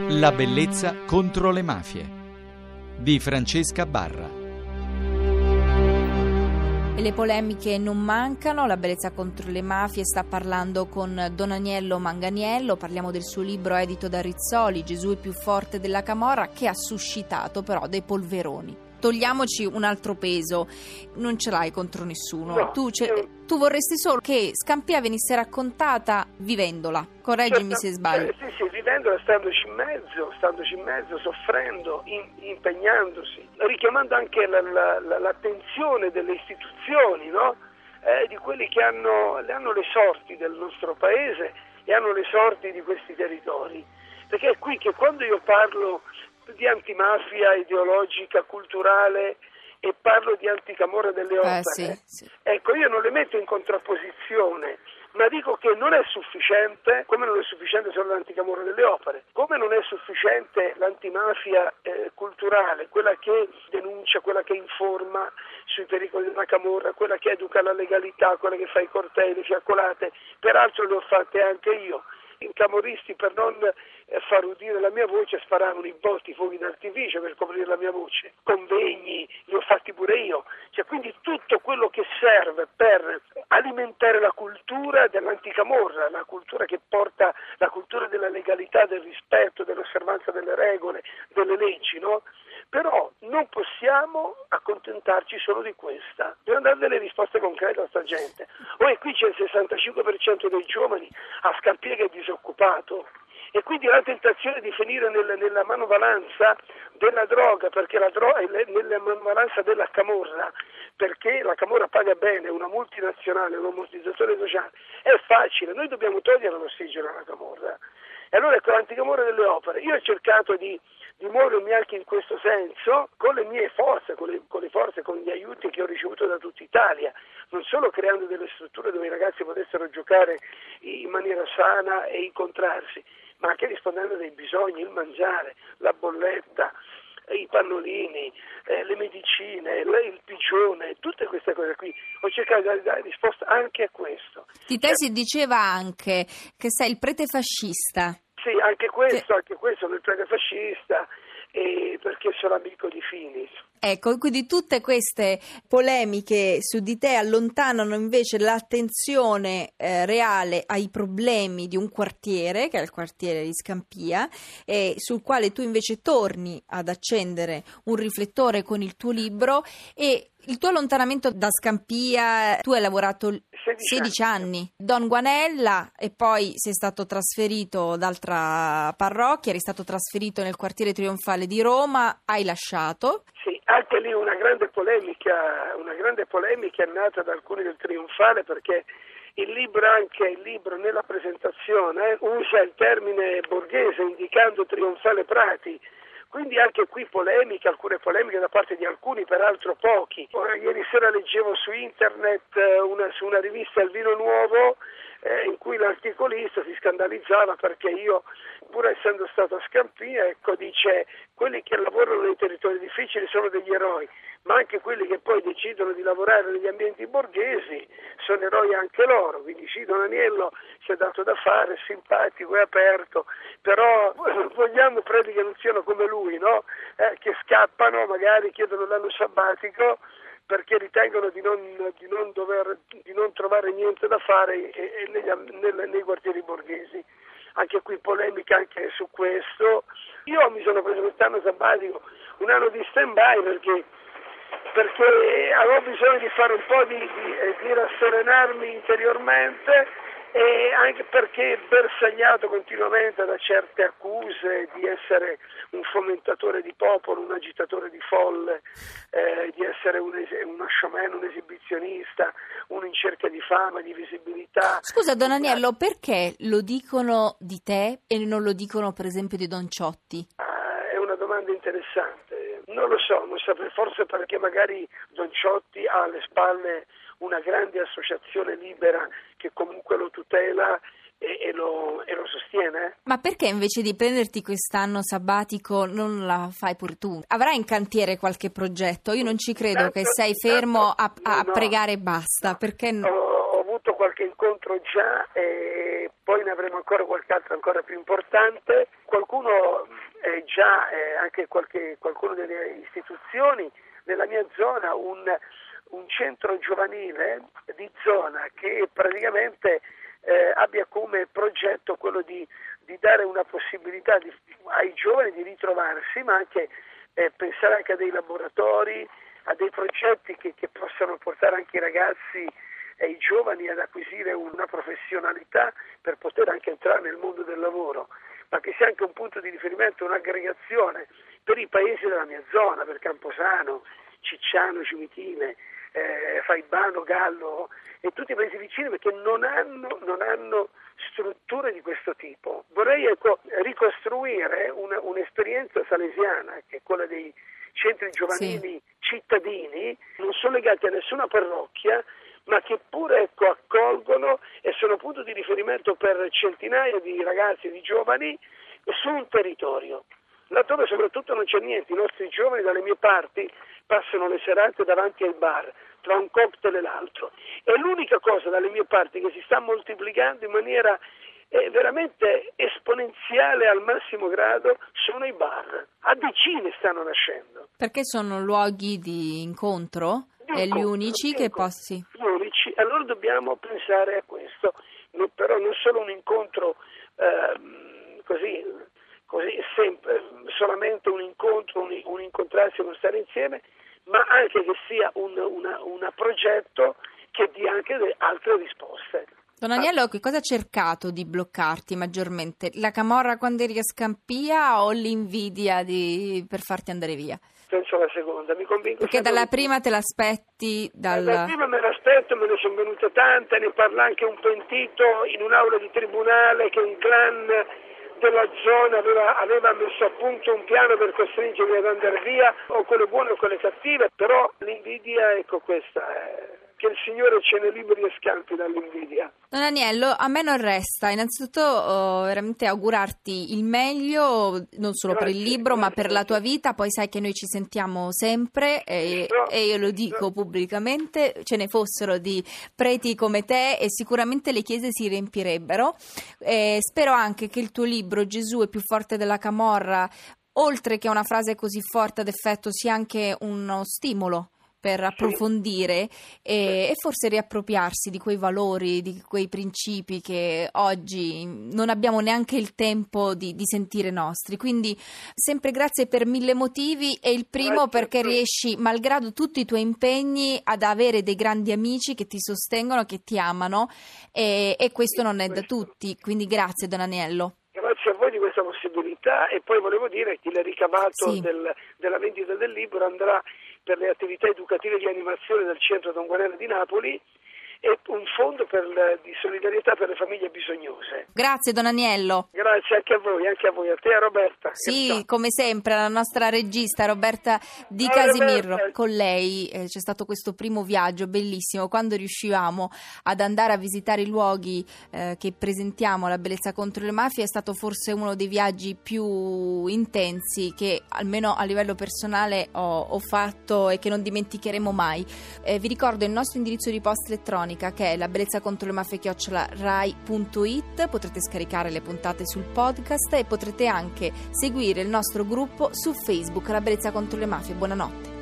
La bellezza contro le mafie di Francesca Barra. E le polemiche non mancano. La bellezza contro le mafie sta parlando con Don Aniello Manganiello. Parliamo del suo libro edito da Rizzoli, Gesù il più forte della Camorra, che ha suscitato però dei polveroni. Togliamoci un altro peso, non ce l'hai contro nessuno. No, Tu vorresti solo che Scampia venisse raccontata vivendola. Correggimi se sbaglio. Sì, vivendola, standoci in mezzo, soffrendo, impegnandosi, richiamando anche l'attenzione delle istituzioni, no? Di quelli che hanno le sorti del nostro paese e hanno le sorti di questi territori. Perché è qui che quando io parlo di antimafia ideologica, culturale, e parlo di anticamorra delle opere, Sì. Ecco, io non le metto in contrapposizione, ma dico che non è sufficiente, come non è sufficiente solo l'anticamorra delle opere, come non è sufficiente l'antimafia culturale, quella che denuncia, quella che informa sui pericoli della camorra, quella che educa alla legalità, quella che fa i cortei, le fiaccolate, peraltro le ho fatte anche io. I camorristi, per non far udire la mia voce, sparavano i botti, i fuochi d'artificio per coprire la mia voce, convegni, li ho fatti pure io, quindi tutto quello che serve per alimentare la cultura dell'anticamorra, la cultura che porta la cultura della legalità, del rispetto, dell'osservanza delle regole, delle leggi, no? Però non possiamo accontentarci solo di questa, bisogna dare delle risposte concrete a sta gente. Qui c'è il 65% dei giovani a Scampia che è disoccupato e quindi la tentazione di finire nella manovalanza della droga, perché la droga è nella manovalanza della camorra, perché la camorra paga bene, una multinazionale, un ammortizzatore sociale, è facile, noi dobbiamo togliere l'ossigeno alla camorra. E allora ecco l'anticamorra delle opere. Io ho cercato di muovermi anche in questo senso con le mie forze, con gli aiuti che ho ricevuto da tutta Italia, non solo creando delle strutture dove i ragazzi potessero giocare in maniera sana e incontrarsi, ma anche rispondendo a dei bisogni, il mangiare, la bolletta, i pannolini, le medicine, il pigione, tutte queste cose qui. Ho cercato di dare risposta anche a questo. Di te si diceva anche che sei il prete fascista. Sì, anche questo, nel prete fascista, perché sono amico di Finis. Ecco, quindi tutte queste polemiche su di te allontanano invece l'attenzione reale ai problemi di un quartiere, che è il quartiere di Scampia, sul quale tu invece torni ad accendere un riflettore con il tuo libro. E il tuo allontanamento da Scampia, tu hai lavorato 16 anni, Don Guanella, e poi sei stato trasferito d'altra parrocchia, eri stato trasferito nel quartiere trionfale di Roma, hai lasciato. Sì, anche lì una grande polemica è nata da alcuni del Trionfale, perché il libro nella presentazione usa il termine borghese indicando Trionfale Prati. Quindi anche qui alcune polemiche da parte di alcuni, peraltro pochi. Ieri sera leggevo su internet su una rivista Il Vino Nuovo in cui l'articolista si scandalizzava perché io, pur essendo stato a Scampia, dice quelli che lavorano nei territori difficili sono degli eroi, ma anche quelli che poi decidono di lavorare negli ambienti borghesi sono eroi anche loro. Quindi sì, Don Aniello si è dato da fare, è simpatico, è aperto, però vogliamo preti che non siano come lui, no? Che scappano, magari chiedono l'anno sabbatico perché ritengono di non trovare niente da fare nei quartieri borghesi. Anche qui polemica anche su questo. Io mi sono preso quest'anno sabbatico, un anno di stand-by perché avevo bisogno di fare un po' di rasserenarmi interiormente, e anche perché bersagliato continuamente da certe accuse di essere un fomentatore di popolo, un agitatore di folle, di essere uno showman, un esibizionista, uno in cerca di fama, di visibilità. Scusa Don Aniello, perché lo dicono di te e non lo dicono per esempio di Don Ciotti? È una domanda interessante, non lo so, forse perché magari Don Ciotti ha alle spalle una grande associazione libera che comunque lo tutela e lo sostiene. Ma perché invece di prenderti quest'anno sabbatico non la fai pure tu? Avrai in cantiere qualche progetto? Io non ci credo che sei fermo a pregare e basta. Perché ho avuto qualche incontro già e poi ne avremo ancora qualche altro ancora più importante. Qualcuno già anche qualcuno delle istituzioni nella mia zona un centro giovanile di zona che praticamente abbia come progetto quello di dare una possibilità ai giovani di ritrovarsi, ma anche pensare anche a dei laboratori, a dei progetti che possano portare anche i ragazzi e i giovani ad acquisire una professionalità per poter anche entrare nel mondo del lavoro, ma che sia anche un punto di riferimento, un'aggregazione per i paesi della mia zona, per Camposano, Cicciano, Cimitine, Faibano, Gallo e tutti i paesi vicini, perché non hanno strutture di questo tipo. Vorrei ricostruire un'esperienza salesiana, che è quella dei centri giovanili cittadini, non sono legati a nessuna parrocchia, ma che pure accolgono e sono punto di riferimento per centinaia di ragazzi e di giovani su un territorio, laddove soprattutto non c'è niente. I nostri giovani dalle mie parti passano le serate davanti ai bar, tra un cocktail e l'altro. E l'unica cosa dalle mie parti che si sta moltiplicando in maniera veramente esponenziale al massimo grado sono i bar. A decine stanno nascendo. Perché sono luoghi di incontro? Gli unici che possi. Gli unici, allora dobbiamo pensare a questo, però non solo un incontro così sempre, solamente un incontro, un incontrarsi, uno stare insieme, ma anche che sia un progetto che dia anche altre risposte. Don Aniello, che cosa ha cercato di bloccarti maggiormente? La camorra quando eri a Scampia o l'invidia per farti andare via? Penso la seconda, mi convinco. Perché dalla prima te l'aspetti? Dalla prima me l'aspetto, me ne sono venute tante, ne parla anche un pentito in un'aula di tribunale che un clan della zona aveva messo a punto un piano per costringermi ad andare via, o quelle buone o quelle cattive, però l'invidia, questa è. Che il Signore ce ne liberi e scampi dall'invidia. Don Aniello, a me non resta innanzitutto veramente augurarti il meglio, non solo per il libro, ma per la tua vita. Poi sai che noi ci sentiamo sempre e io lo dico pubblicamente, ce ne fossero di preti come te e sicuramente le chiese si riempirebbero. Spero anche che il tuo libro Gesù è più forte della camorra, oltre che una frase così forte ad effetto, sia anche uno stimolo per approfondire e forse riappropriarsi di quei valori, di quei principi che oggi non abbiamo neanche il tempo di sentire nostri. Quindi sempre grazie per 1000 motivi, e il primo perché riesci, malgrado tutti i tuoi impegni, ad avere dei grandi amici che ti sostengono, che ti amano, e questo non è da tutti, quindi grazie Don Aniello. Grazie a voi di questa possibilità, e poi volevo dire che il ricavato della vendita del libro andrà per le attività educative di animazione del Centro Don Guarella di Napoli e un fondo di solidarietà per le famiglie bisognose. Grazie Don Aniello. Grazie anche a voi, a te, a Roberta. Sì, come sempre, alla nostra regista Roberta Di Casimiro. Roberta. Con lei c'è stato questo primo viaggio bellissimo, quando riuscivamo ad andare a visitare i luoghi che presentiamo alla Bellezza contro le mafie. È stato forse uno dei viaggi più intensi che almeno a livello personale ho fatto e che non dimenticheremo mai. Vi ricordo il nostro indirizzo di posta elettronica, che è labellezzacontrolemafie@rai.it. Potrete scaricare le puntate sul podcast e potrete anche seguire il nostro gruppo su Facebook, La Bellezza contro le mafie. Buonanotte.